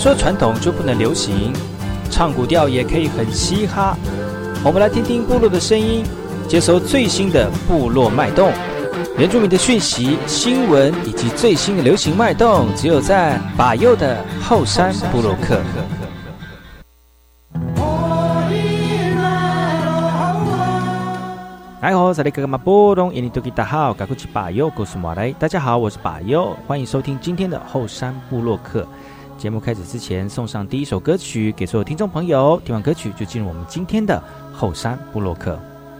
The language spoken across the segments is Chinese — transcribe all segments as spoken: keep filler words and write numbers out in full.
说传统就不能流行，唱古调也可以很嘻哈。我们来听听部落的声音，接收最新的部落脉动、原住民的讯息、新闻以及最新的流行脉动，只有在把右的后山部落客。大家好，这里是马波东，印尼多吉达好，嘎古奇巴尤，古苏马来。大家好，我是巴尤，欢迎收听今天的后山部落客。节目开始之前，送上第一首歌曲给所有听众朋友。听完歌曲就进入我们今天的后山部落客。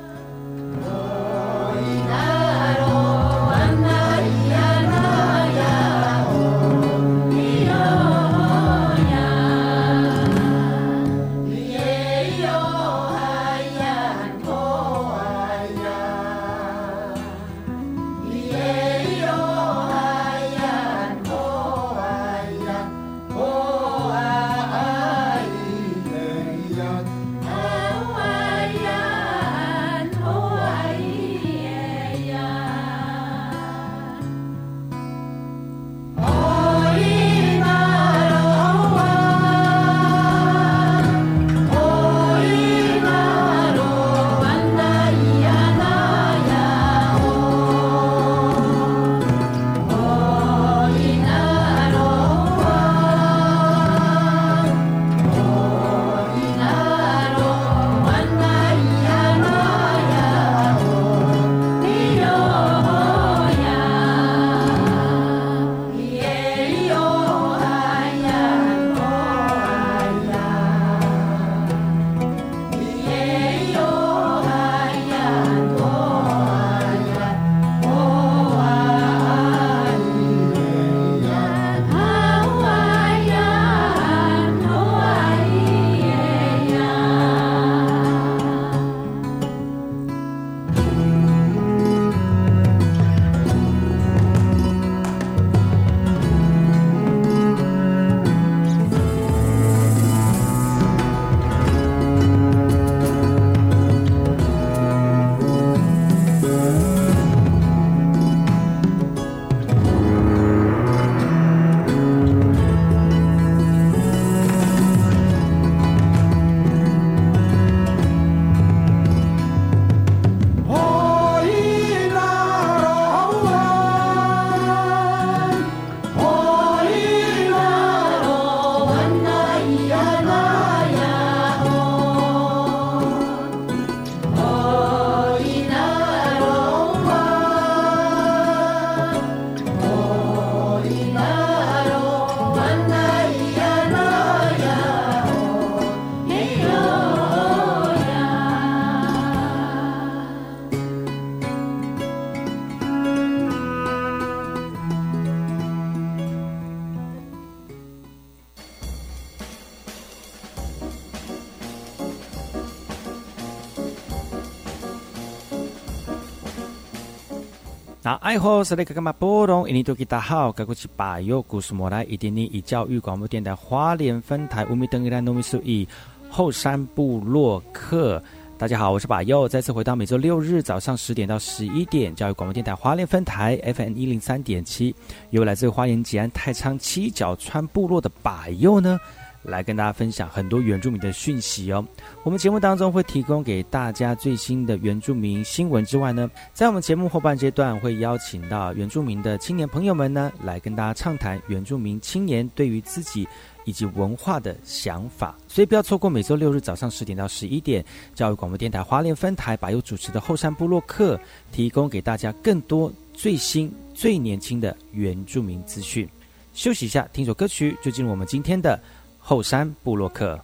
那爱好是那个干嘛波动？印尼多吉大好，该过去把右古苏莫来一点零以教育广播电台花莲分台乌米登伊兰农米苏以后山部落客。大家好，我是把右，再次回到每周六日早上十点到十一点，教育广播电台花莲分台 F M 一零三点七，由来自花莲吉安太仓七角川部落的把右呢，来跟大家分享很多原住民的讯息哦。我们节目当中会提供给大家最新的原住民新闻之外呢，在我们节目后半阶段会邀请到原住民的青年朋友们呢，来跟大家畅谈原住民青年对于自己以及文化的想法。所以不要错过每周六日早上十点到十一点，教育广播电台花莲分台把由主持的后山部落客，提供给大家更多最新最年轻的原住民资讯。休息一下，听首歌曲，就进入我们今天的后山部落客。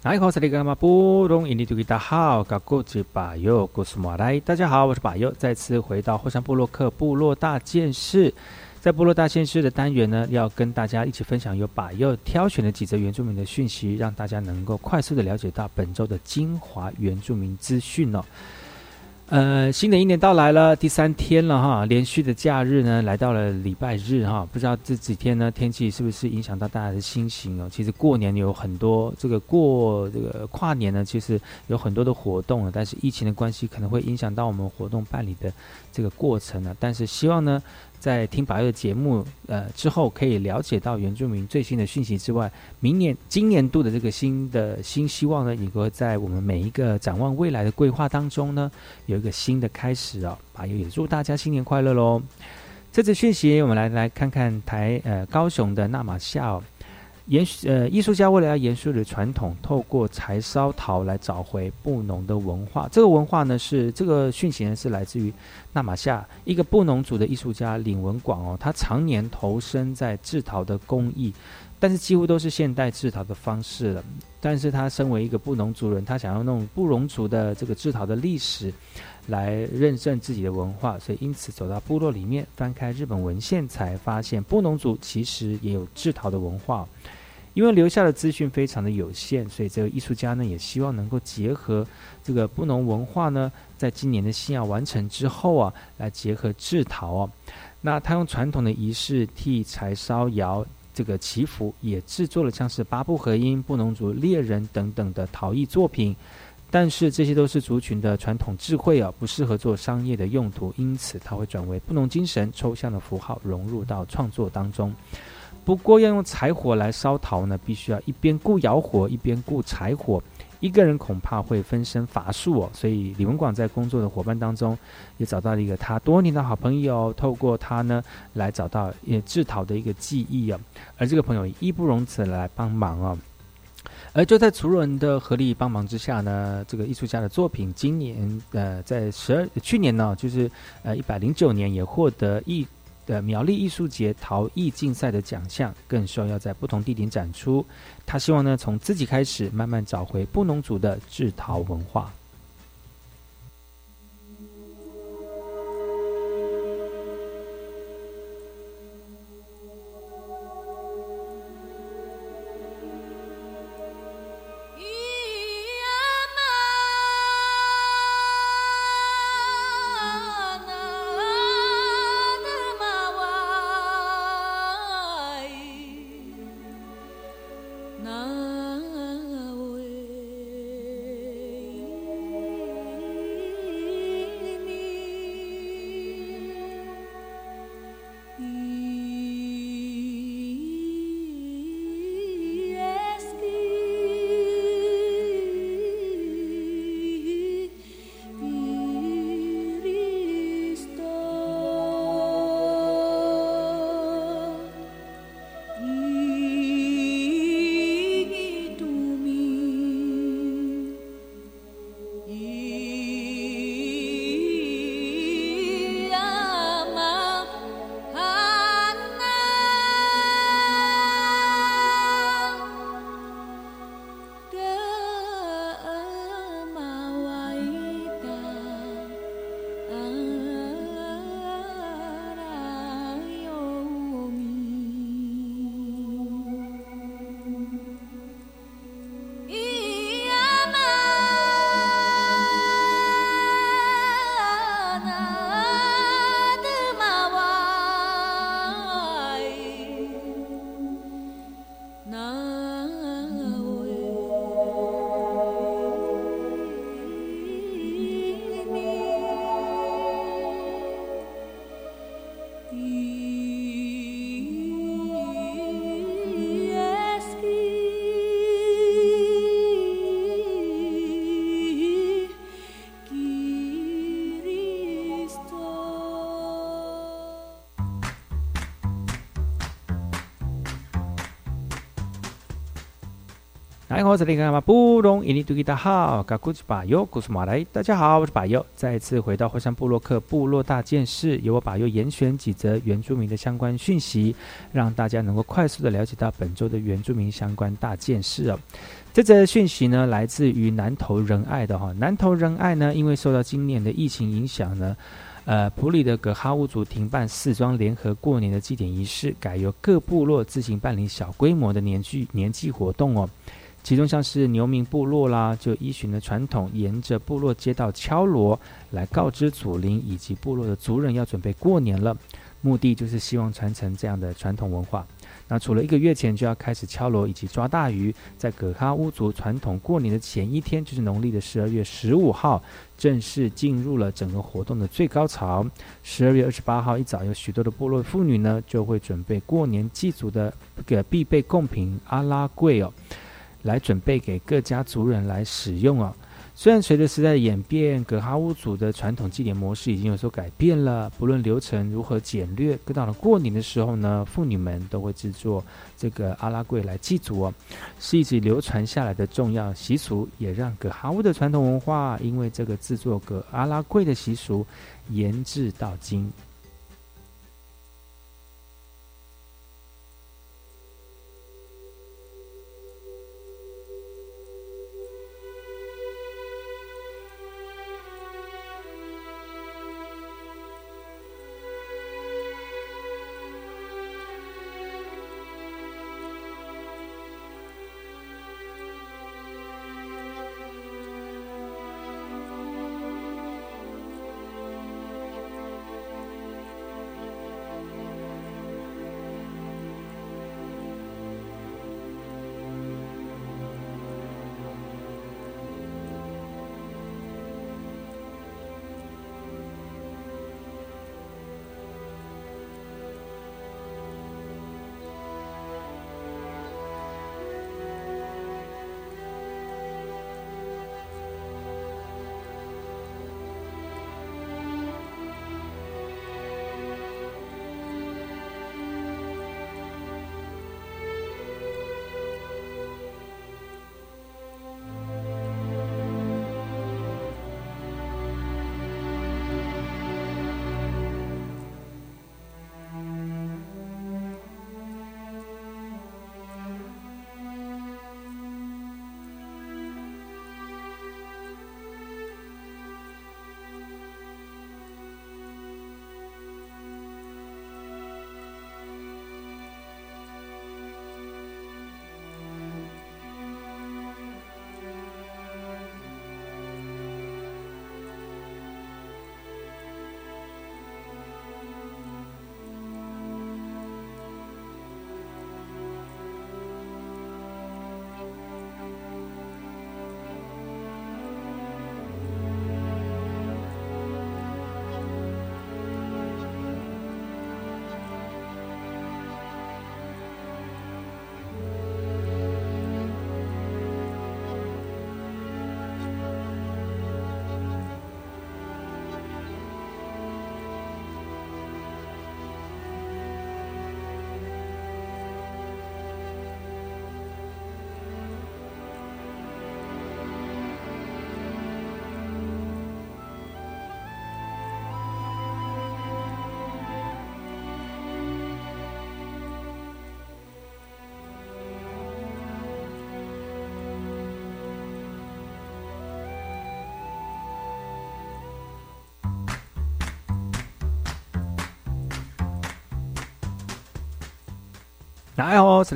大家好，我是巴佑，再次回到后山部落客部落大件事。在部落大件事的单元呢，要跟大家一起分享由巴佑挑选的几则原住民的讯息，让大家能够快速的了解到本周的精华原住民资讯哦。呃，新的一年到来了，第三天了哈，连续的假日呢来到了礼拜日哈，不知道这几天呢天气是不是影响到大家的心情哦？其实过年有很多这个过这个跨年呢，其实有很多的活动了，但是疫情的关系可能会影响到我们活动办理的这个过程呢。但是希望呢，在听巴佑的节目呃之后，可以了解到原住民最新的讯息之外，明年今年度的这个新的新希望呢，也会在我们每一个展望未来的规划当中呢，有一个新的开始啊、哦！巴佑也祝大家新年快乐喽！这次讯息，我们来来看看台呃高雄的那玛夏哦，延呃艺术家为了要延续的传统，透过柴烧陶来找回布农的文化。这个文化呢是这个讯息呢是来自于那玛夏一个布农族的艺术家林文广哦，他常年投身在制陶的工艺，但是几乎都是现代制陶的方式了。但是他身为一个布农族人，他想要用布农族的这个制陶的历史来认证自己的文化，所以因此走到部落里面，翻开日本文献，才发现布农族其实也有制陶的文化。因为留下的资讯非常的有限，所以这个艺术家呢也希望能够结合这个布农文化呢，在今年的信仰完成之后啊，来结合制陶哦。那他用传统的仪式替柴烧窑这个祈福，也制作了像是八部合音、布农族猎人等等的陶艺作品。但是这些都是族群的传统智慧啊，不适合做商业的用途，因此它会转为布农精神抽象的符号，融入到创作当中。不过要用柴火来烧陶呢，必须要一边顾窑火，一边顾柴火，一个人恐怕会分身乏术哦。所以李文广在工作的伙伴当中，也找到了一个他多年的好朋友，透过他呢来找到也制陶的一个技艺啊。而这个朋友也义不容辞来帮忙哦。而就在族人的合力帮忙之下呢，这个艺术家的作品今年呃在十二去年呢，就是呃一百零九年也获得艺。的苗栗艺术节陶艺竞赛的奖项，更受邀在不同地点展出。他希望呢，从自己开始，慢慢找回布农族的制陶文化。大家好，我是巴佑，再一次回到火山部落客部落大件事，由我巴佑严选几则原住民的相关讯息，让大家能够快速的了解到本周的原住民相关大件事哦。 这则讯息呢，来自于南投仁爱的哈。南投仁爱呢，因为受到今年的疫情影响呢，呃，埔里的葛哈巫族停办四庄联合过年的祭典仪式，改由各部落自行办理小规模的年祭年祭活动哦。其中像是牛鸣部落啦，就依循的传统，沿着部落街道敲锣来告知祖灵以及部落的族人要准备过年了。目的就是希望传承这样的传统文化。那除了一个月前就要开始敲锣以及抓大鱼，在葛哈巫族传统过年的前一天，就是农历的十二月十五号，正式进入了整个活动的最高潮。十二月二十八号一早，有许多的部落妇女呢，就会准备过年祭祖的个必备贡品阿拉粿哦，来准备给各家族人来使用哦。虽然随着时代的演变，葛哈巫族的传统祭典模式已经有所改变了，不论流程如何简略，到了过年的时候呢，妇女们都会制作这个阿拉粿来祭祖哦，是一直流传下来的重要习俗，也让葛哈巫的传统文化因为这个制作葛阿拉粿的习俗延至到今。大家好，我是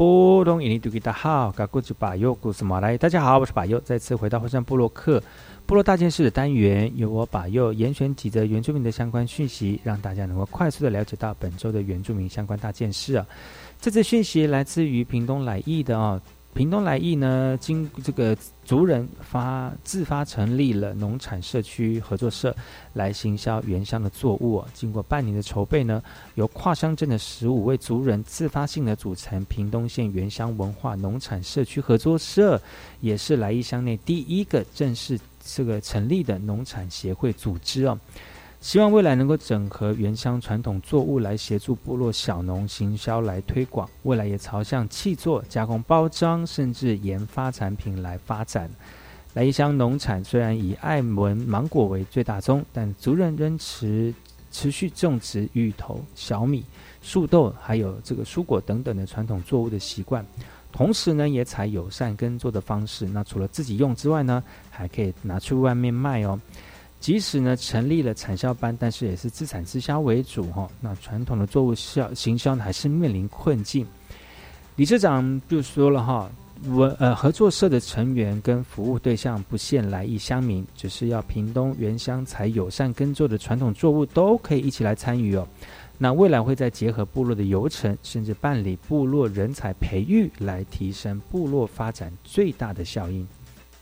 巴佑，再次回到后山部落客部落大件事的单元，由我巴佑严选几则原住民的相关讯息，让大家能够快速的了解到本周的原住民相关大件事啊。这次讯息来自于屏东来义的啊。屏东来义呢，经这个族人发自发成立了农产社区合作社，来行销原乡的作物、哦。经过半年的筹备呢，由跨乡镇的十五位族人自发性的组成屏东县原乡文化农产社区合作社，也是来义乡内第一个正式这个成立的农产协会组织哦。希望未来能够整合原乡传统作物来协助部落小农行销来推广，未来也朝向契作、加工包装甚至研发产品来发展。来义乡农产虽然以爱文芒果为最大宗，但族人仍持持续种植芋头、小米、树豆还有这个蔬果等等的传统作物的习惯。 同时呢也采友善耕作的方式，那除了自己用之外呢，还可以拿去外面卖哦。即使呢成立了产销班，但是也是自产自销为主哈、哦。那传统的作物销行销呢还是面临困境。理事长就说了哈，我呃合作社的成员跟服务对象不限来意乡民，只是要屏东原乡采友善耕作的传统作物都可以一起来参与哦。那未来会再结合部落的游程，甚至办理部落人才培育，来提升部落发展最大的效应。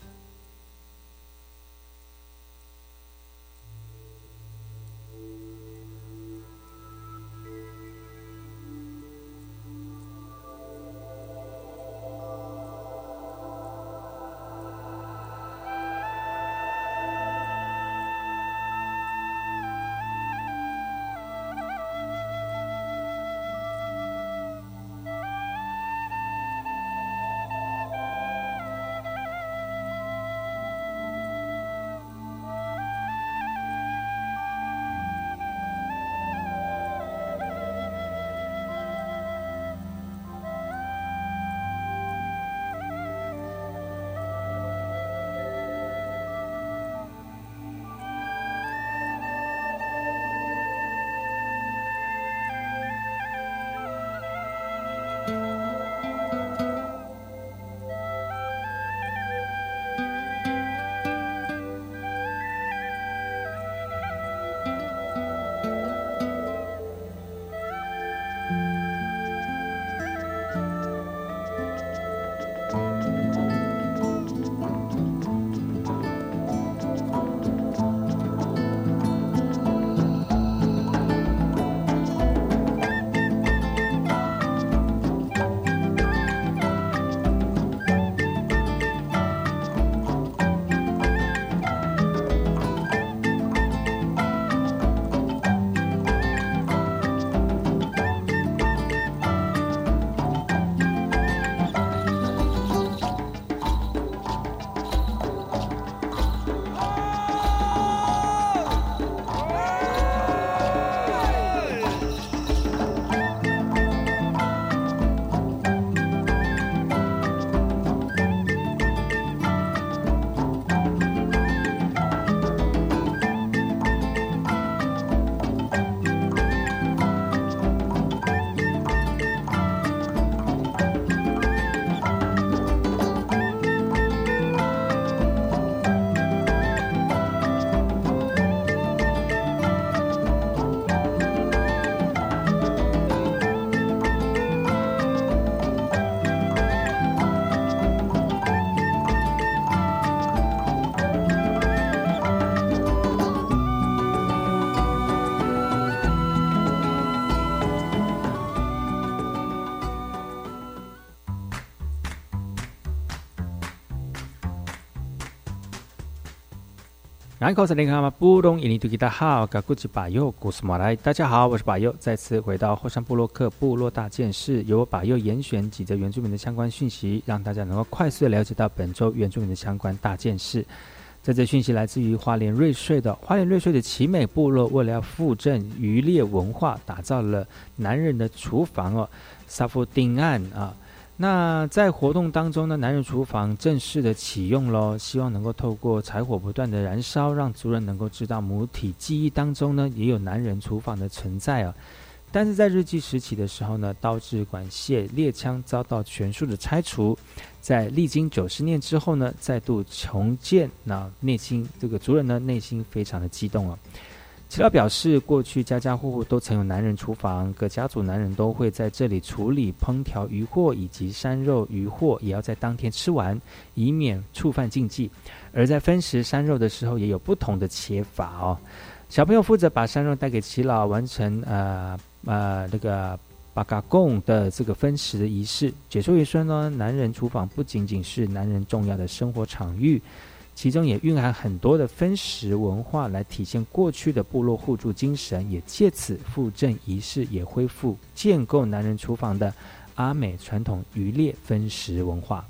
大家好，我是巴佑，再次回到后山部落客部落大件事，由我巴佑严选几则原住民的相关讯息，让大家能够快速的了解到本周原住民的相关大件事。这则讯息来自于花莲瑞穗的花莲瑞穗的奇美部落，为了要复振渔猎文化，打造了男人的厨房哦，萨夫丁案啊。那在活动当中呢，男人厨房正式的启用咯，希望能够透过柴火不断的燃烧，让族人能够知道母体记忆当中呢也有男人厨房的存在啊。但是在日据时期的时候呢，刀制管械猎枪遭到全数的拆除，在历经九十年之后呢，再度重建，那内心这个族人呢内心非常的激动啊。耆老表示，过去家家户户都曾有男人厨房，各家族男人都会在这里处理烹调渔获以及山肉渔获，也要在当天吃完，以免触犯禁忌。而在分食山肉的时候，也有不同的切法哦。小朋友负责把山肉带给耆老，完成呃呃那个巴嘎贡的这个分食的仪式。解说员说呢，男人厨房不仅仅是男人重要的生活场域，其中也蕴含很多的分食文化，来体现过去的部落互助精神，也借此复振仪式，也恢复建构男人厨房的阿美传统渔猎分食文化。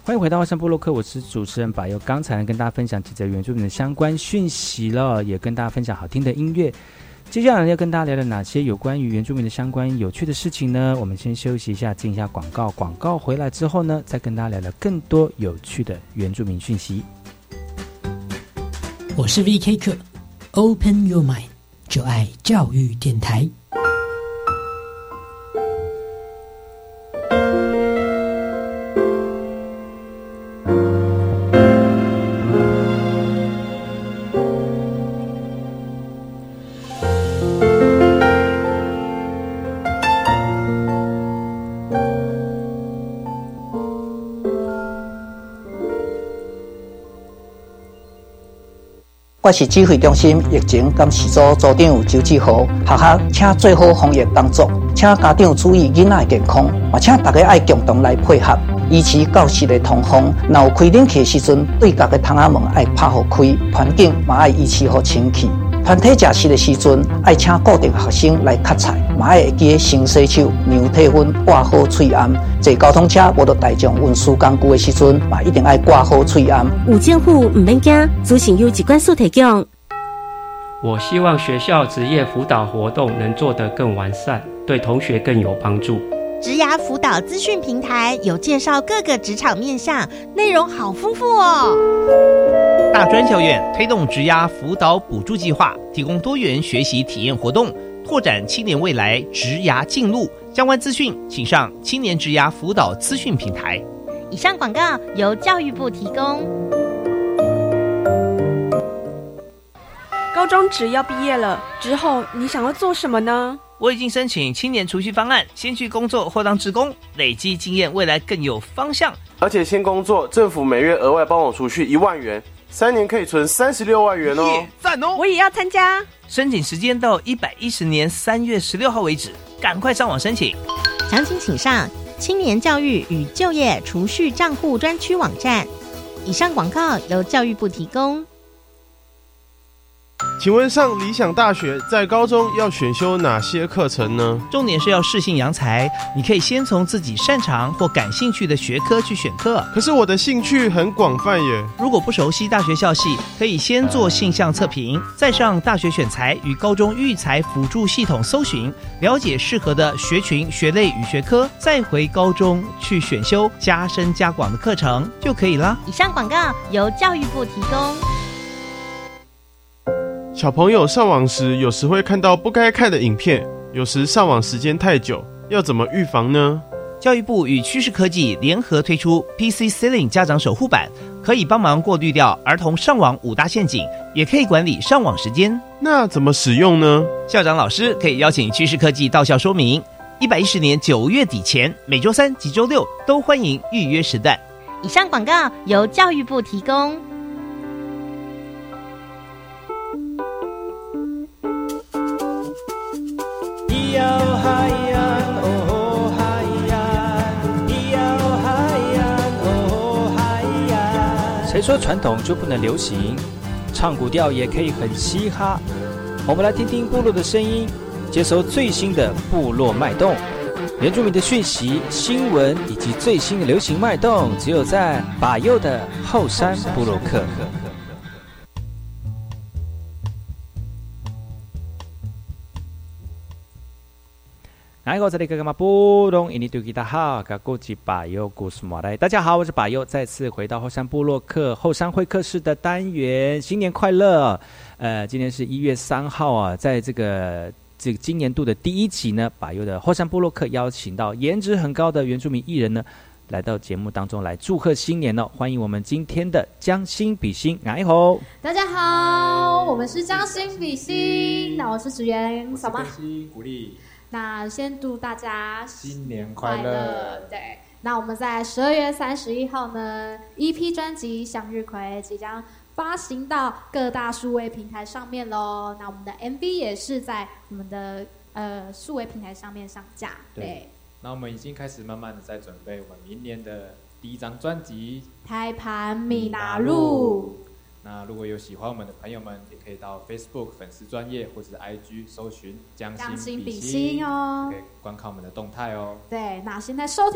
欢迎回到花山部落客，我是主持人百佑。刚才跟大家分享几则原住民的相关讯息了，也跟大家分享好听的音乐。接下来要跟大家聊聊哪些有关于原住民的相关有趣的事情呢？我们先休息一下，进一下广告。广告回来之后呢，再跟大家聊聊更多有趣的原住民讯息。 我是 V K 客 ，Open Your Mind， 就爱教育电台。 我是指挥中心疫情监视组组长周志豪，学校请做好防疫工作，请家长注意囡仔的健康，也请大家爱共同来配合，维持教室的通风。若有开冷气的时阵，对角的窗仔门爱拍互开，环境嘛爱维持好清气。团体食食的时阵，爱请固定学生来夹菜，嘛爱会记先洗手、量体温、挂好喙罨。坐交通车无到大众运输工具的时阵，嘛一定爱挂好喙罨。 有政府唔免惊，资讯由疾管署提供。 我希望学校职业辅导活动能做得更完善，对同学更有帮助。 职涯辅导资讯平台有介绍各个职场面向，内容好丰富哦。 大专校院推动职涯辅导补助计划，提供多元学习体验活动，拓展青年未来职涯进路。相关资讯请上青年职涯辅导资讯平台。 以上广告由教育部提供。 高中只要毕业了之后，你想要做什么呢？ 我已经申请青年储蓄方案，先去工作或当志工，累积经验，未来更有方向。 而且先工作，政府每月额外帮我储蓄一万元，三年可以存三十六万元哦， 赞哦！ 我也要参加。 申请时间到一百一十年三月十六号为止，赶快上网申请。 详情请上青年教育与就业储蓄账户专区网站。以上广告由教育部提供。 请问上理想大学在高中要选修哪些课程呢？ 重点是要适性扬才，你可以先从自己擅长或感兴趣的学科去选课。 可是我的兴趣很广泛耶。 如果不熟悉大学校系，可以先做性向测评，再上大学选才与高中育才辅助系统搜寻，了解适合的学群、学类与学科，再回高中去选修加深加广的课程就可以了。 以上广告由教育部提供。 小朋友上网时，有时会看到不该看的影片，有时上网时间太久，要怎么预防呢？ 教育部与趋势科技联合推出 P C Ceiling 家长守护版，可以帮忙过滤掉儿童上网五大陷阱，也可以管理上网时间。 那怎么使用呢？ 校长老师可以邀请趋势科技到校说明。一百一十年九月底前，每周三及周六都欢迎预约时段。 以上广告由教育部提供。 谁说传统就不能流行？唱古调也可以很嘻哈。我们来听听部落的声音，接收最新的部落脉动、原住民的讯息、新闻以及最新的流行脉动，只有在把右的后山部落客。大家好，我是把右，再次回到后山部落客后山会客室的单元，新年快乐！呃，今天是一月三号啊，在这个这个今年度的第一集呢，把右的后山部落客邀请到颜值很高的原住民艺人呢，来到节目当中来祝贺新年哦！欢迎我们今天的将心比心，哎吼！ 大家好，我们是将心比心，那我是职员小妈， 鼓励。 那先祝大家新年快乐！ 对，那我们在十二月三十一号呢 ，E P 专辑《向日葵》即将发行到各大数位平台上面咯。那我们的 M V 也是在我们的呃数位平台上面上架。对，对， 那我们已经开始慢慢的在准备我们明年的第一张专辑 《胎盘米纳路》。 那如果有喜欢我们的朋友们，也可以到 Facebook 粉丝专页或者是 I G 搜寻将心比心哦，可以观看我们的动态哦。 对，那现在收听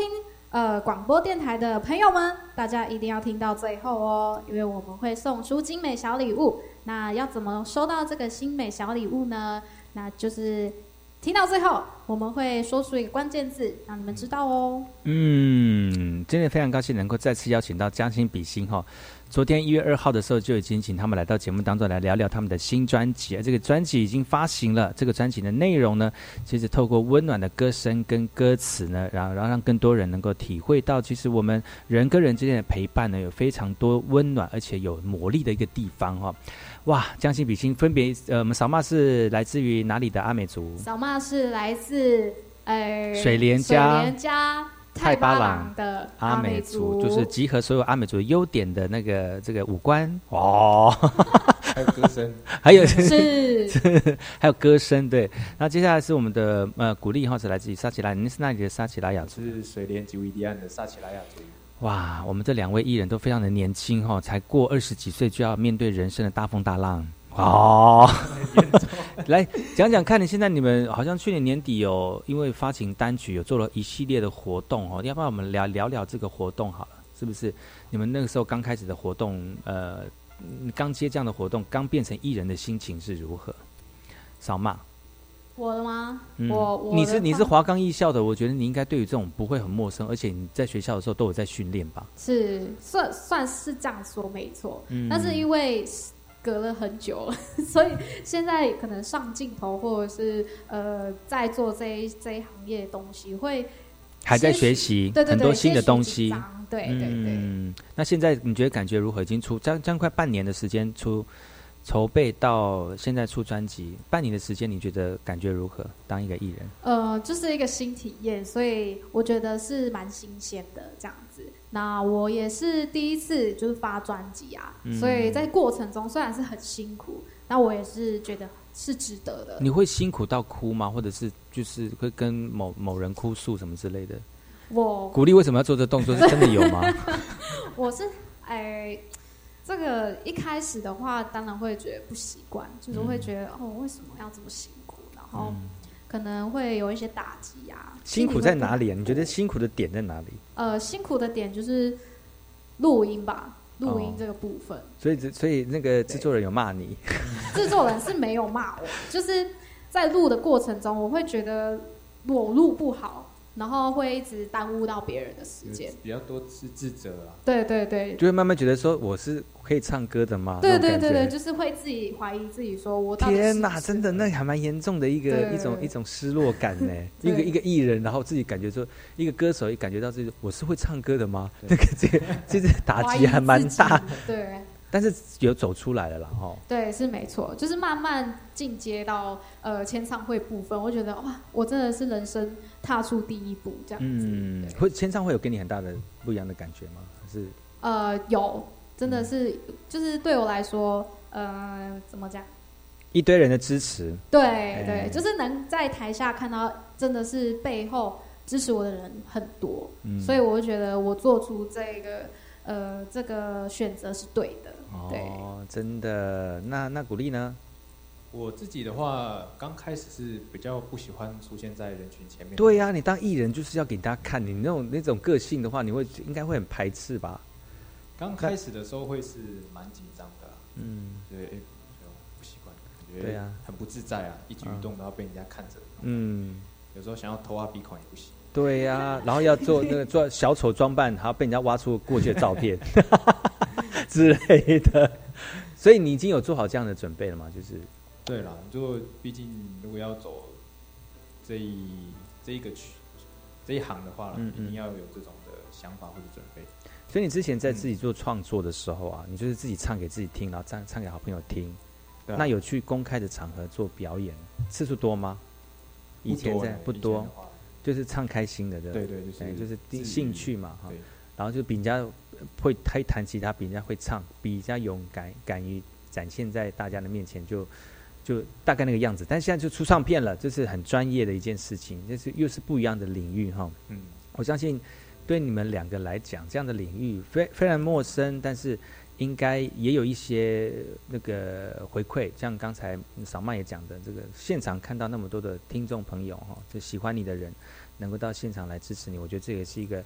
呃广播电台的朋友们，大家一定要听到最后哦，因为我们会送出精美小礼物。那要怎么收到这个精美小礼物呢？那就是听到最后，我们会说出一个关键字，让你们知道哦。 嗯，今天非常高兴能够再次邀请到将心比心哈。昨天一月二号的时候就已经请他们来到节目当中来聊聊他们的新专辑，而这个专辑已经发行了。这个专辑的内容呢，其实透过温暖的歌声跟歌词呢，然后然后让更多人能够体会到，其实我们人跟人之间的陪伴呢，有非常多温暖而且有魔力的一个地方哈。哇，将心比心，分别呃，我们扫码是来自于哪里的阿美族？ 扫码是来自呃水莲家。 水莲家。泰巴朗的阿美族， 就是集合所有阿美族优点的那个这个五官哦， 还有歌声， 还有是还有歌声。对，那接下来是我们的呃古丽，或者来自于撒奇拉，您是那里的撒奇拉雅族？ 是水莲吉维迪安的撒奇拉雅族。 哇，我们这两位艺人都非常的年轻哈、哦，才过二十几岁就要面对人生的大风大浪。哦，来讲讲看，你现在你们好像去年年底有因为发行单曲有做了一系列的活动哦，要不要我们聊聊聊这个活动好了？是不是你们那个时候刚开始的活动，呃，刚接这样的活动，刚变成艺人的心情是如何？扫码， 我的吗？ 嗯、 我我你是你是华冈艺校的，我觉得你应该对于这种不会很陌生，而且你在学校的时候都有在训练吧？ 是算算是这样说没错， 嗯、 但是因为隔了很久了，所以现在可能上镜头或者是呃在做这一这一行业的东西，会还在学习， 对对对， 很多新的东西。 对对对。 嗯，那现在你觉得感觉如何？已经出将将快半年的时间出筹备到现在出专辑，半年的时间，你觉得感觉如何？当一个艺人？ 呃，就是一个新体验，所以我觉得是蛮新鲜的这样子。那我也是第一次就是发专辑啊、嗯，所以在过程中虽然是很辛苦，那我也是觉得是值得的。 你会辛苦到哭吗？或者是就是会跟某某人哭诉什么之类的？ 我鼓励为什么要做这动作？是真的有吗？ 我是哎，这个一开始的话，当然会觉得不习惯，就是会觉得、嗯、哦，为什么要这么辛苦？然后。嗯可能会有一些打击啊。 辛苦在哪里啊？你觉得辛苦的点在哪里？ 呃，辛苦的点就是录音吧，录音这个部分。哦、 所以，所以那个制作人有骂你？ 制作人是没有骂我，就是在录的过程中，我会觉得我录不好，然后会一直耽误到别人的时间。 比较多是自责啊。 对对对， 就会慢慢觉得说我是可以唱歌的吗？ 对对对对，就是会自己怀疑自己，说我到底是天哪，真的那还蛮严重的一个一种一种失落感呢。一个一个艺人，然后自己感觉说，一个歌手也感觉到自己我是会唱歌的吗？那个这个这个打击还蛮大。 对。 但是有走出来了啦，哈。 对，是没错，就是慢慢进阶到呃签唱会部分，我觉得哇，我真的是人生踏出第一步这样子。 嗯，会签唱会有给你很大的不一样的感觉吗？还是？ 呃，有，真的是，嗯、就是对我来说，呃，怎么讲？ 一堆人的支持。 对、欸、对，就是能在台下看到，真的是背后支持我的人很多，嗯、所以我就觉得我做出这个呃这个选择是对的。 哦，真的。那那鼓励呢？ 我自己的话，刚开始是比较不喜欢出现在人群前面。 对呀、啊，你当艺人就是要给大家看，你那种那种个性的话，你会应该会很排斥吧？ 刚开始的时候会是蛮紧张的、啊， 嗯， 对，哎，不习惯，感对啊， 很不自在啊，一举一动都要被人家看着。 嗯， 有时候想要偷挖鼻孔也不行。 对呀、啊，然后要做那个做小丑装扮，还要被人家挖出过去的照片之类的，所以你已经有做好这样的准备了吗？就是， 对啦，就毕竟如果要走这一这一个区这一行的话，嗯嗯，一定要有这种的想法或者准备。 所以你之前在自己做创作的时候啊，嗯、你就是自己唱给自己听，然后唱唱给好朋友听。啊、那有去公开的场合做表演次数多吗？以前在不多。就是唱开心的，对对对，就是就是兴趣嘛哈，然后就比人家会会弹吉他，比人家会唱，比人家勇敢，敢于展现在大家的面前，就就大概那个样子。但现在就出唱片了，这是很专业的一件事情，这是又是不一样的领域哈。嗯，我相信对你们两个来讲，这样的领域非非常陌生，但是应该也有一些那个回馈，像刚才小曼也讲的，这个现场看到那么多的听众朋友哈，就喜欢你的人能够到现场来支持你，我觉得这也是一个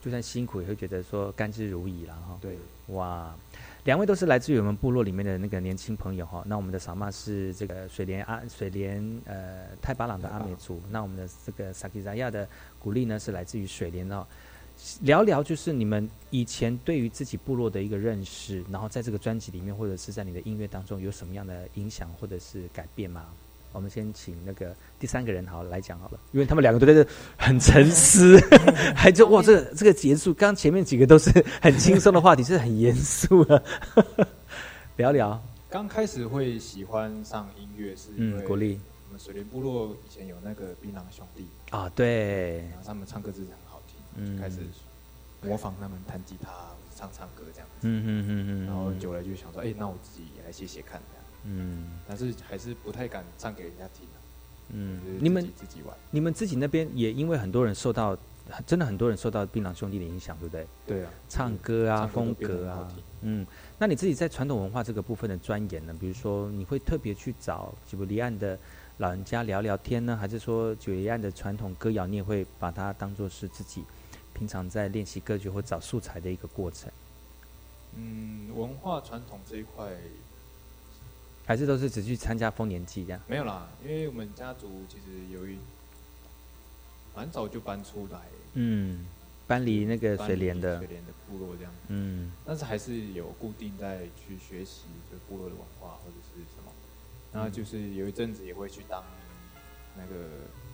就算辛苦也会觉得说甘之如饴啦哈。 对， 哇，两位都是来自于我们部落里面的那个年轻朋友哈。那我们的扫妈是这个水莲阿水莲呃太巴朗的阿美族，那我们的这个萨基扎亚的古丽呢是来自于水莲哦。聊聊就是你们以前对于自己部落的一个认识，然后在这个专辑里面或者是在你的音乐当中有什么样的影响或者是改变吗？我们先请那个第三个人好来讲好了，因为他们两个都在这很沉思，还就哇，这个这个严肃，刚刚前面几个都是很轻松的话题，是很严肃的，聊聊。 刚开始会喜欢上音乐，是因为嗯，鼓励我们水莲部落以前有那个槟榔兄弟啊，对， 然后他们唱歌真的很好听， 嗯， 开始模仿他们弹吉他、唱唱歌这样子， 嗯嗯嗯嗯， 然后久了就想说，哎、欸，那我自己也来写写看这样。 嗯， 但是还是不太敢唱给人家听、啊、 嗯， 就是、 你们自己玩， 你们自己那边也因为很多人受到，真的很多人受到槟榔兄弟的影响，对不对？ 对啊， 唱歌啊，风歌格啊，嗯，那你自己在传统文化这个部分的钻研呢？比如说，你会特别去找吉卜离岸的老人家聊聊天呢，还是说吉卜离岸的传统歌谣，你也会把它当作是自己平常在练习歌曲或找素材的一个过程？ 嗯，文化传统这一块。 还是都是只去参加丰年祭这样？ 没有啦，因为我们家族其实有一蛮早就搬出来，嗯， 搬离那个水莲的水莲的部落这样， 嗯， 但是还是有固定在去学习就部落的文化或者是什么，然后就是有一阵子也会去当那个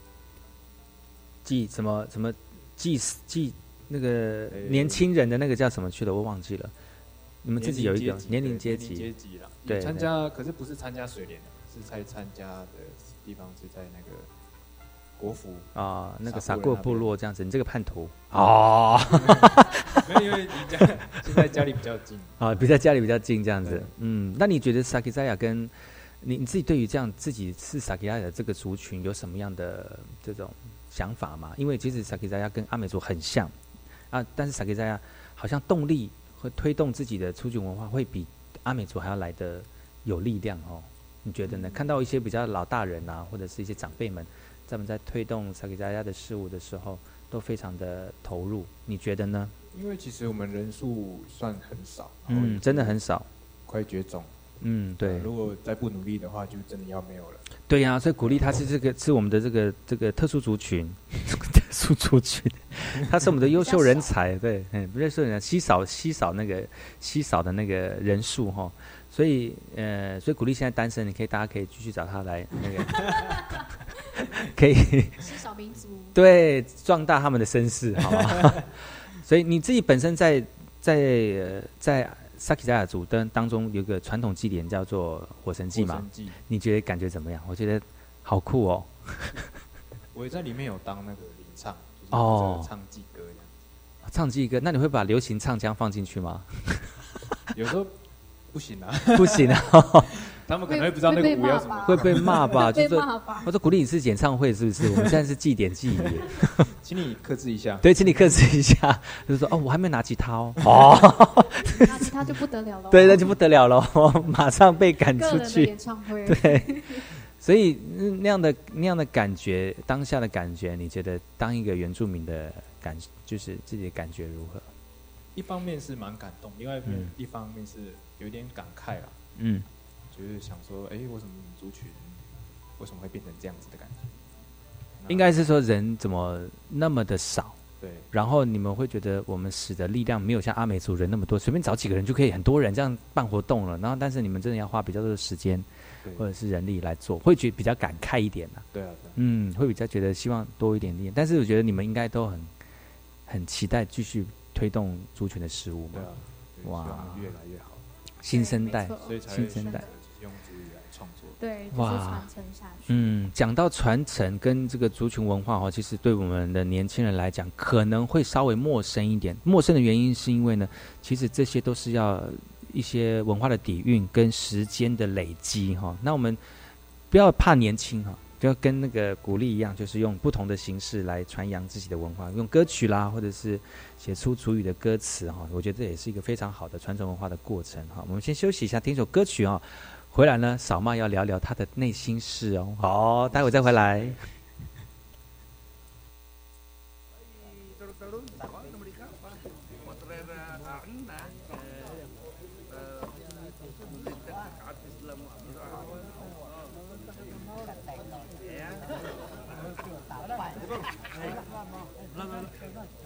祭什么什么祭祭那个年轻人的那个叫什么去了，我忘记了。你们自己有一个年龄阶级， 阶级啦， 对， 参加可是不是参加水莲，是在参加的地方是在那个国府啊，那个撒过部落这样子。你这个叛徒哦， 没有，因为你家现在家里比较近啊，比在家里比较近这样子。嗯，那你觉得萨基扎亚跟你你自己对于这样自己是萨基扎亚的这个族群有什么样的这种想法吗？因为其实萨基扎亚跟阿美族很像啊，但是萨基扎亚好像动力会推动自己的族群文化会比阿美族还要来的有力量哦，你觉得呢？看到一些比较老大人啊，或者是一些长辈们，他们在推动萨基扎亚的事物的时候，都非常的投入，你觉得呢？ 因为其实我们人数算很少， 嗯，真的很少， 快绝种。 嗯，对。 如果再不努力的话，就真的要没有了。 对呀、啊，所以鼓励他是这个是我们的这个这个特殊族群，特殊族群，他是我们的优秀人才，对，嗯，不是说人稀少稀少那个稀少的那个人数哈，所以呃，所以鼓励现在单身，你可以大家可以继续找他来那个，可以稀少民族， 对，壮大他们的声势，好吗？所以你自己本身在在呃在。萨基扎亚族当当中有个传统祭典叫做火神祭嘛，你觉得感觉怎么样？我觉得好酷哦。 我也在里面有当那个领唱，就是唱祭歌这样、 哦。唱祭歌，那你会把流行唱腔放进去吗？ 有时候不行啊， 不行啊。 他们可能会不知道那个舞要什么， 会被骂吧？ 就是我说鼓励你是演唱会是不是？我们现在是祭典祭仪， 请你克制一下。 对，请你克制一下。就是说哦，我还没拿吉他哦。哦， 拿吉他就不得了了。 对，那就不得了了，马上被赶出去。 个人的演唱会。 对，所以那样的那样的感觉，当下的感觉，你觉得当一个原住民的感，就是自己的感觉如何？ 一方面是蛮感动，另外一面、嗯、一方面是有点感慨啦。 嗯。 就是想说，哎、欸，为什么族群为什么会变成这样子的感觉？ 应该是说人怎么那么的少？ 对。 然后你们会觉得我们使的力量没有像阿美族人那么多，随便找几个人就可以很多人这样办活动了。然后，但是你们真的要花比较多的时间或者是人力来做，会觉得比较感慨一点啊。 对啊。对啊嗯，会比较觉得希望多一点力量。但是我觉得你们应该都很很期待继续推动族群的事物嘛。 对啊。 哇， 越来越好。 新生代， 所以才新生代。 用族语来创作， 对，就是传承下去。 嗯，讲到传承跟这个族群文化哈，其实对我们的年轻人来讲，可能会稍微陌生一点。陌生的原因是因为呢，其实这些都是要一些文化的底蕴跟时间的累积哈。那我们不要怕年轻哈，不要跟那个鼓励一样，就是用不同的形式来传扬自己的文化，用歌曲啦，或者是写出族语的歌词哈。我觉得这也是一个非常好的传承文化的过程哈。我们先休息一下，听首歌曲啊。回来呢，扫妈要聊聊她的内心事哦。好，待会再回来。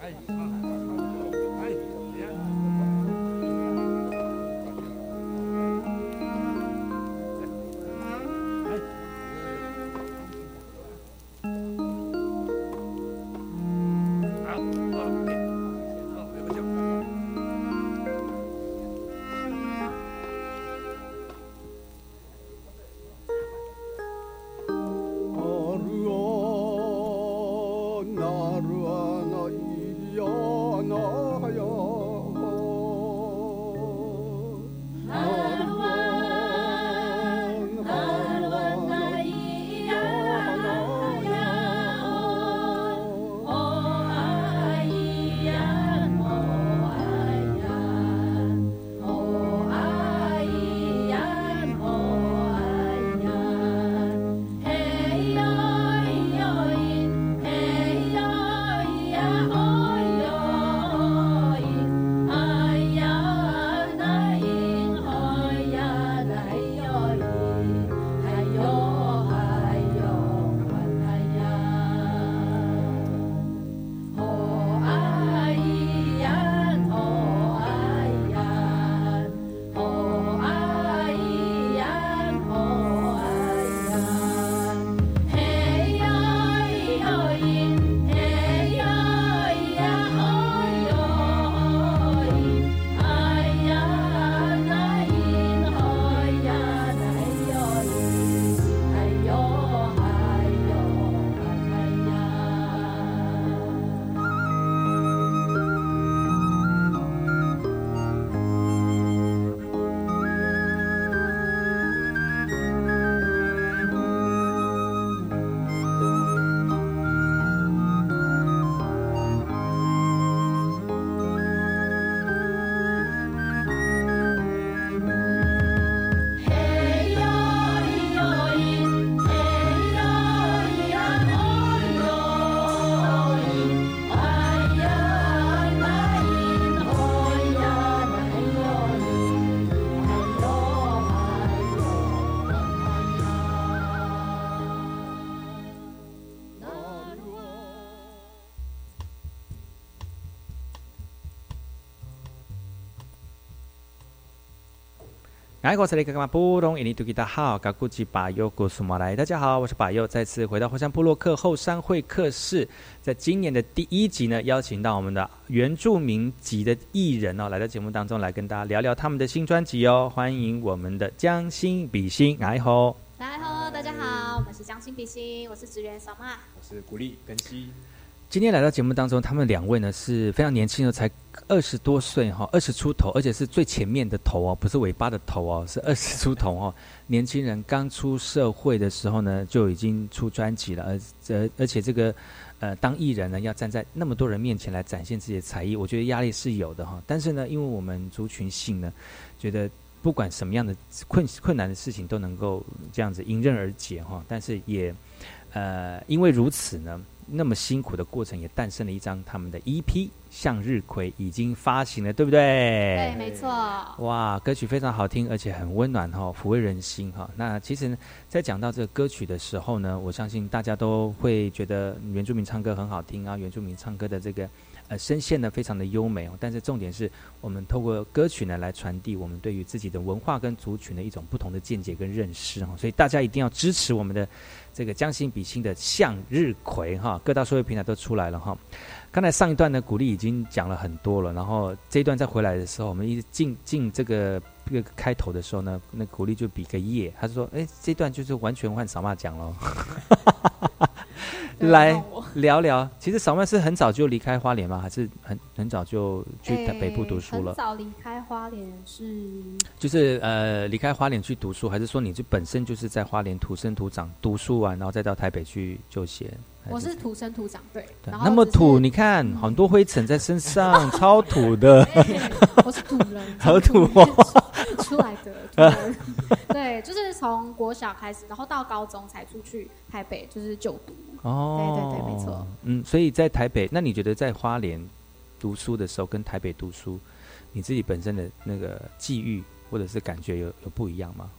大家好，我是巴佑，再次回到后山部落客后山会客室。在今年的第一集呢，邀请到我们的原住民籍的艺人哦，来到节目当中来跟大家聊聊他们的新专辑哦。欢迎我们的将心比心，来吼， 来吼，大家好，我们是将心比心，我是职员小马， 我是古力根西。 今天来到节目当中，他们两位呢是非常年轻的，才二十多岁哈，二十出头，而且是最前面的头哦，不是尾巴的头哦，是二十出头哦。年轻人刚出社会的时候呢，就已经出专辑了，而而而且这个呃，当艺人呢，要站在那么多人面前来展现自己的才艺，我觉得压力是有的哈。但是呢，因为我们族群性呢，觉得不管什么样的困困难的事情都能够这样子迎刃而解哈。但是也呃，因为如此呢。那么辛苦的过程，也诞生了一张他们的 E P《向日葵》，已经发行了，对不对？ 对，没错。 哇，歌曲非常好听，而且很温暖哈、哦，抚慰人心哈、哦。那其实呢，在讲到这个歌曲的时候呢，我相信大家都会觉得原住民唱歌很好听啊，原住民唱歌的这个呃声线呢非常的优美哦。但是重点是我们透过歌曲呢来传递我们对于自己的文化跟族群的一种不同的见解跟认识哈、哦。所以大家一定要支持我们的这个将心比心的向日葵哈。各大社会平台都出来了哈。刚才上一段呢，古力已经讲了很多了，然后这一段再回来的时候，我们一进进这个这个开头的时候呢，那古力就比个耶，他说：“哎，这段就是完全换扫码讲了。”来聊聊，其实扫码是很早就离开花莲吗？还是很很早就去北部读书了？ 很早离开花莲是， 就是呃离开花莲去读书，还是说你就本身就是在花莲土生土长读书完，然后再到台北去就学？ 我是土生土长，对。 对那么土，你看、嗯、很多灰尘在身上，超土的。 我是土人， 好土哦， 出来的。对，就是从国小开始，然后到高中才出去台北，就是就读。哦，对对对，没错。 嗯，所以在台北，那你觉得在花莲读书的时候，跟台北读书，你自己本身的那个际遇或者是感觉有有不一样吗？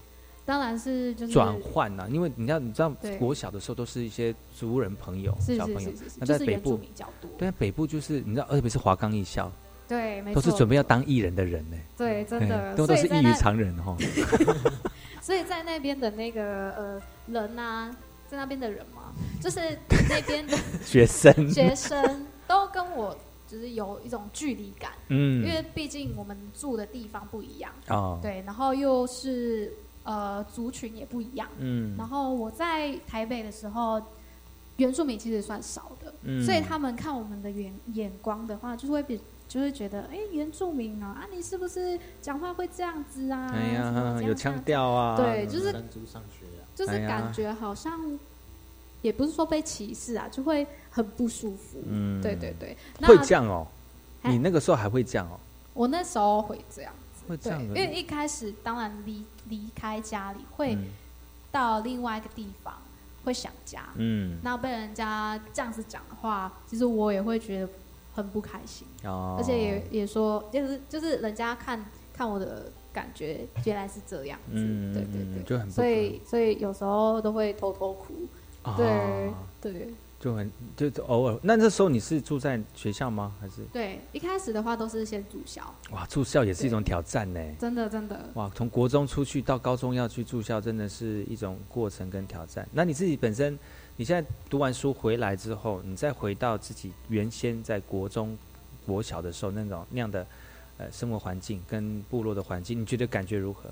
当然是就是转换啊，因为你要你知道对国小的时候都是一些族人朋友是小朋友是是是， 那在就是北部原住民较多对啊，北部就是你知道，特别是华冈艺校， 对，没都是错准备要当艺人的人呢。 对，真的嘿都都是异于常人哈。 所以在那边的那个呃人啊，在那边的人嘛，就是那边的学生学生都跟我就是有一种距离感， 嗯， 因为毕竟我们住的地方不一样哦， 对，然后又是呃族群也不一样， 嗯， 然后我在台北的时候，原住民其实算少的， 嗯， 所以他们看我们的眼眼光的话，就会比。就会觉得，哎、欸，原住民啊，啊，你是不是讲话会这样子啊？ 哎呀，有腔调啊， 对，就是山猪上学啊， 就是感觉好像，也不是说被歧视啊，就会很不舒服。嗯，对对对， 会这样哦。你那个时候还会这样哦？ 我那时候会这样子， 会这样的， 因为一开始当然离离开家里，会到另外一个地方，会想家。嗯，那被人家这样子讲的话，其实我也会觉得。很不开心，哦、而且也也说，就是就是人家看看我的感觉，原来是这样子，嗯、对对对， 就很不所以所以有时候都会偷偷哭，哦、对对， 就很就偶尔。那那时候你是住在学校吗？还是？ 对，一开始的话都是先住校。 哇，住校也是一种挑战呢。 真的真的。 哇，从国中出去到高中要去住校，真的是一种过程跟挑战。那你自己本身？你现在读完书回来之后，你再回到自己原先在国中、国小的时候那种那样的呃生活环境跟部落的环境，你觉得感觉如何？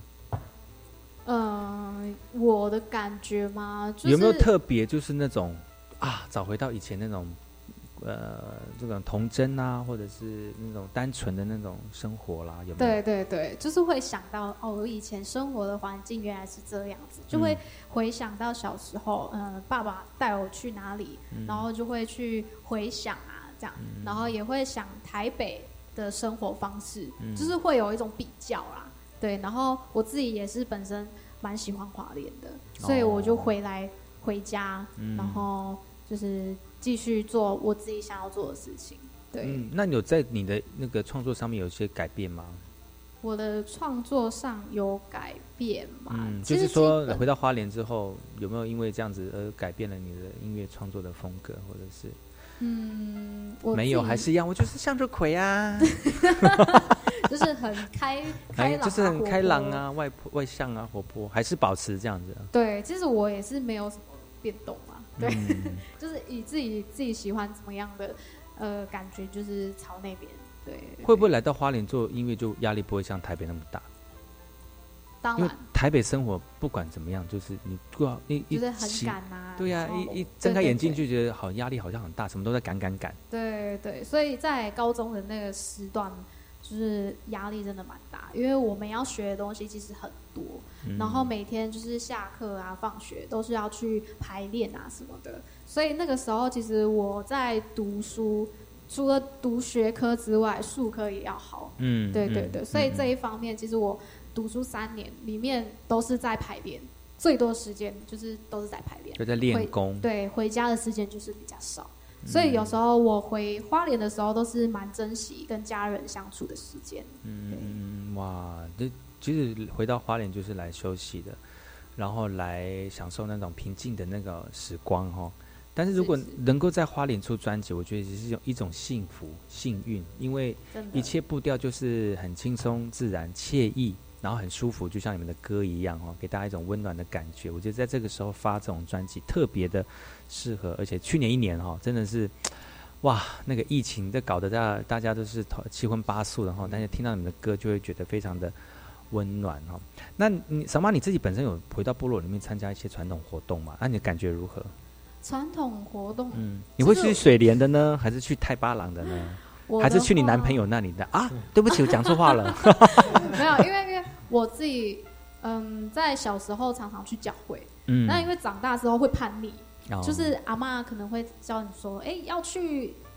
嗯、呃，我的感觉吗？就是、 有没有特别就是那种啊，找回到以前那种呃这种童真啊，或者是那种单纯的那种生活啦？有没有？ 对对对，就是会想到哦，我以前生活的环境原来是这样子，就会回想到小时候，嗯、呃，爸爸带我去哪里，嗯、然后就会去回想啊，这样，嗯、然后也会想台北的生活方式，嗯、就是会有一种比较啦，对，然后我自己也是本身蛮喜欢花莲的，所以我就回来回家，嗯、然后就是继续做我自己想要做的事情。对， 嗯，那你有在你的那个创作上面有一些改变吗？ 我的创作上有改变吗？ 嗯，就是说回到花莲之后，有没有因为这样子而改变了你的音乐创作的风格，或者是？ 嗯，我没有，还是一样，我就是向日葵啊， 就是很开开朗、啊， 就是很开朗啊，外外向啊，活泼，还是保持这样子、啊。 对，其实我也是没有什么变动啊，对，嗯、就是以自己自己喜欢怎么样的呃感觉，就是朝那边。对， 会不会来到花莲做音乐就压力不会像台北那么大？ 当然， 因为台北生活不管怎么样，就是你一一就是很赶啊， 对呀、啊，一一睁开眼睛就觉得好压力好像很大，什么都在赶赶赶。 对对，所以在高中的那个时段，就是压力真的蛮大，因为我们要学的东西其实很多，嗯、然后每天就是下课啊、放学都是要去排练啊什么的，所以那个时候其实我在读书。除了读学科之外，术科也要好。嗯，对对对，嗯、所以这一方面，其实我读书三年里面都是在排练，最多时间就是都是在排练， 就在练功。 对，回家的时间就是比较少，嗯、所以有时候我回花莲的时候，都是蛮珍惜跟家人相处的时间。 嗯，哇，这其实回到花莲就是来休息的，然后来享受那种平静的那个时光哈。但是如果能够在花莲出专辑，我觉得是一种幸福、幸运，因为一切步调就是很轻松、自然、惬意，然后很舒服，就像你们的歌一样哦，给大家一种温暖的感觉。我觉得在这个时候发这种专辑特别的适合，而且去年一年哈、哦，真的是哇，那个疫情这搞得大家大家都是七荤八素的哈、哦，但是听到你们的歌就会觉得非常的温暖哈、哦。那你小妈你自己本身有回到部落里面参加一些传统活动吗？那、啊、你的感觉如何？ 传统活动， 嗯，你会去水莲的呢，还是去太巴郎的呢？还是去你男朋友那里的啊？对不起，我讲错话了。 没有，因为因为我自己，嗯，在小时候常常去教会，嗯，那因为长大之后会叛逆，哦、就是阿嬷可能会教你说，哎，要去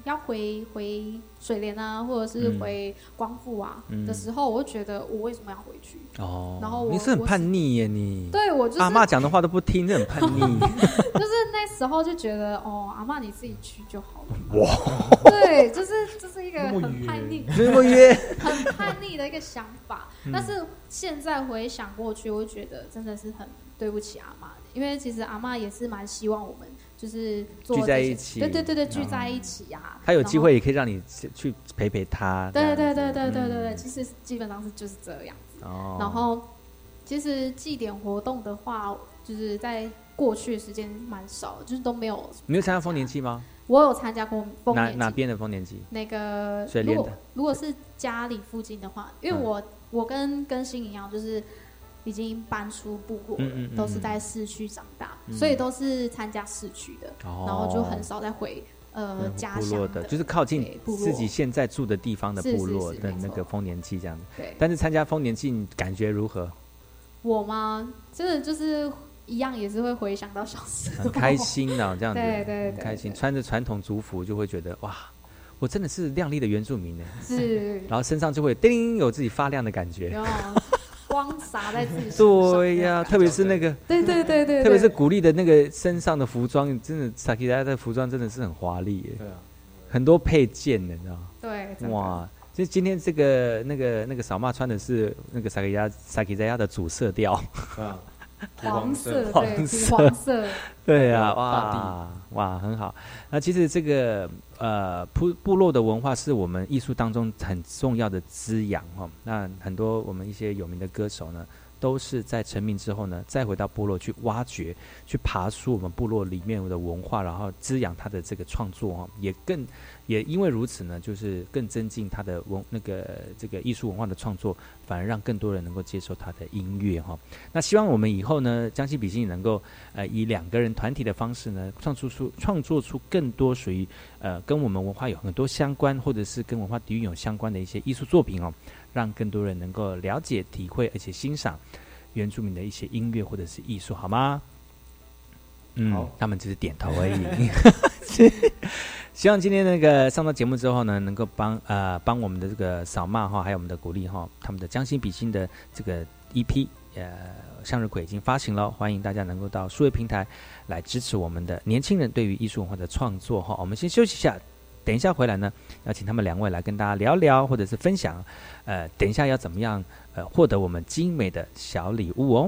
要回回水莲啊，或者是回光复啊、嗯、的时候，我就觉得我为什么要回去？哦，然后我你是很叛逆耶，你对我就是阿嬷讲的话都不听，这很叛逆。 就是那时候就觉得哦，阿嬷你自己去就好了。哇，对，就是这、就是一个很叛逆、 那么约很叛逆的一个想法。嗯、但是现在回想过去，我觉得真的是很对不起阿嬷，因为其实阿嬷也是蛮希望我们。就是聚在一起， 对对对对，聚在一起啊！ 他有机会也可以让你去陪陪他。 对对对对对对对，其实基本上是就是这样子。哦。然后，其实祭典活动的话，就是在过去的时间蛮少，就是都没有。 你有参加丰年祭吗？ 我有参加过丰年祭。 哪哪边的丰年祭？ 那个水莲的。 如果是家里附近的话，因为我、嗯、我跟更新一样，就是。已经搬出部落了、嗯嗯嗯，都是在市区长大、嗯，所以都是参加市区的、哦，然后就很少再回呃、嗯、家乡的，就是靠近自己现在住的地方的部落的那个丰年祭这样子。对，但是参加丰年祭你感觉如何？ 我吗？真的就是一样，也是会回想到小时候， 很开心啊，这样子， 对 对, 对, 对， 很开心，穿着传统族服就会觉得哇。我真的是亮丽的原住民呢， 是，然后身上就会叮有自己发亮的感觉， 光洒在自己身上。 对呀、啊，特别是那个， 对对对 对, 對， 特别是古丽的那个身上的服装，真的萨基达的服装真的是很华丽耶，对啊，很多配件的，你知道吗？ 对， 哇，就今天这个那个那个扫码穿的是那个萨基达萨基达的主色调，啊。 黄色， 黄色， 黄色， 对啊，哇哇，很好。那其实这个呃部部落的文化是我们艺术当中很重要的滋养哈。那很多我们一些有名的歌手呢，都是在成名之后呢，再回到部落去挖掘、去爬出我们部落里面的文化，然后滋养他的这个创作哈，也更也因为如此呢，就是更增进他的文那个这个艺术文化的创作，反而让更多人能够接受他的音乐哈。那希望我们以后呢，将心比心能够呃以两个人团体的方式呢，创作出创作出更多属于呃跟我们文化有很多相关，或者是跟文化底蕴有相关的一些艺术作品哦，让更多人能够了解、体会而且欣赏原住民的一些音乐或者是艺术，好吗？嗯，他们只是点头而已。希望今天那个上到节目之后呢，能够帮呃帮我们的这个扫码哈，还有我们的鼓励哈，他们的将心比心的这个 E P 呃向日葵已经发行了，欢迎大家能够到数位平台来支持我们的年轻人对于艺术文化的创作哈。我们先休息一下，等一下回来呢，要请他们两位来跟大家聊聊或者是分享，呃，等一下要怎么样呃获得我们精美的小礼物哦。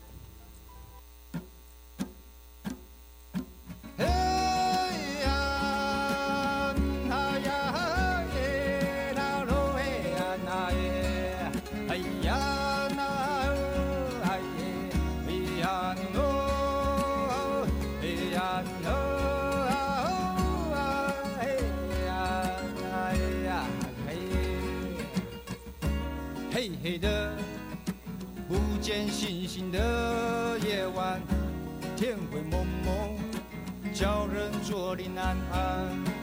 黑的不见星星的夜晚，天灰蒙蒙，叫人坐立难安。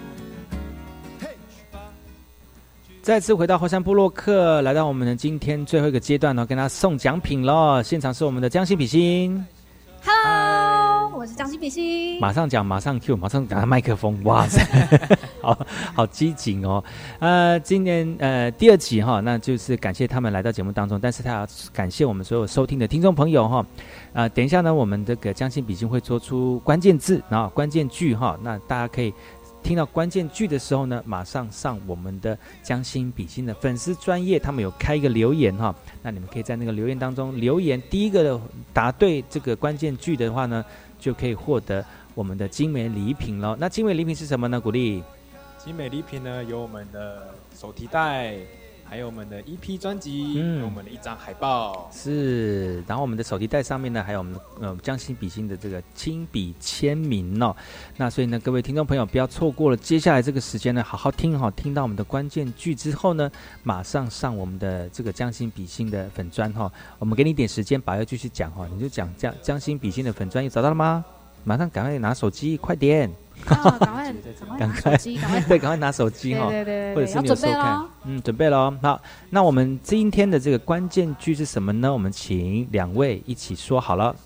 再次回到后山部落客，来到我们的今天最后一个阶段呢，跟他送奖品咯。现场是我们的将心比心 ，Hello， 我是将心比心。 马上讲，马上 Q， 马上打开麦克风，哇塞，好好激情哦。呃，今年呃第二集哈，那就是感谢他们来到节目当中，但是他要感谢我们所有收听的听众朋友哈。啊、呃，等一下呢，我们这个将心比心会做出关键字，然后关键句哈，那大家可以听到关键句的时候呢，马上上我们的将心比心的粉丝专页，他们有开一个留言哈，那你们可以在那个留言当中留言，第一个答对这个关键句的话呢，就可以获得我们的精美礼品咯。那精美礼品是什么呢？鼓励精美礼品呢，有我们的手提袋，还有我们的 E P 专辑，嗯，有我们的一张海报， 是。然后我们的手提袋上面呢，还有我们的呃将心比心的这个亲笔签名哦。那所以呢，各位听众朋友不要错过了接下来这个时间呢，好好听哈、哦，听到我们的关键句之后呢，马上上我们的这个将心比心的粉专哈、哦。我们给你一点时间，把要继续讲哈、哦，你就讲将将心比心的粉专，你找到了吗？马上赶快拿手机，快点！ 哦，赶快，赶快拿手机，赶快对，赶快拿手机哈， 对对对， 或者是你有收看，嗯，准备咯。好，那我们今天的这个关键句是什么呢？我们请两位一起说好了。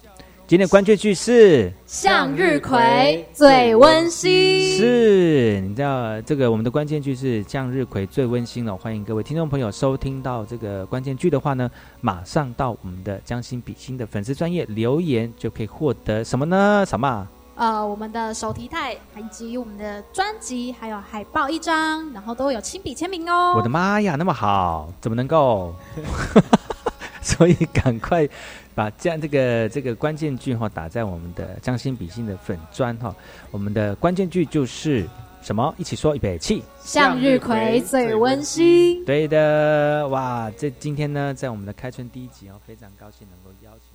今天的关键句是向日葵最温馨。 是，你知道这个我们的关键句是向日葵最温馨了。欢迎各位听众朋友收听到这个关键句的话呢，马上到我们的将心比心的粉丝专页留言，就可以获得什么呢？什么？ 呃，我们的手提袋以及我们的专辑，还有海报一张，然后都有亲笔签名哦。 我的妈呀，那么好，怎么能够？所以赶快把这样这个这个关键句哈打在我们的将心比心的粉专哈。我们的关键句就是什么？一起说，预备起！ 向日葵最温馨。 对的，哇！这今天呢，在我们的开春第一集哦，非常高兴能够邀请。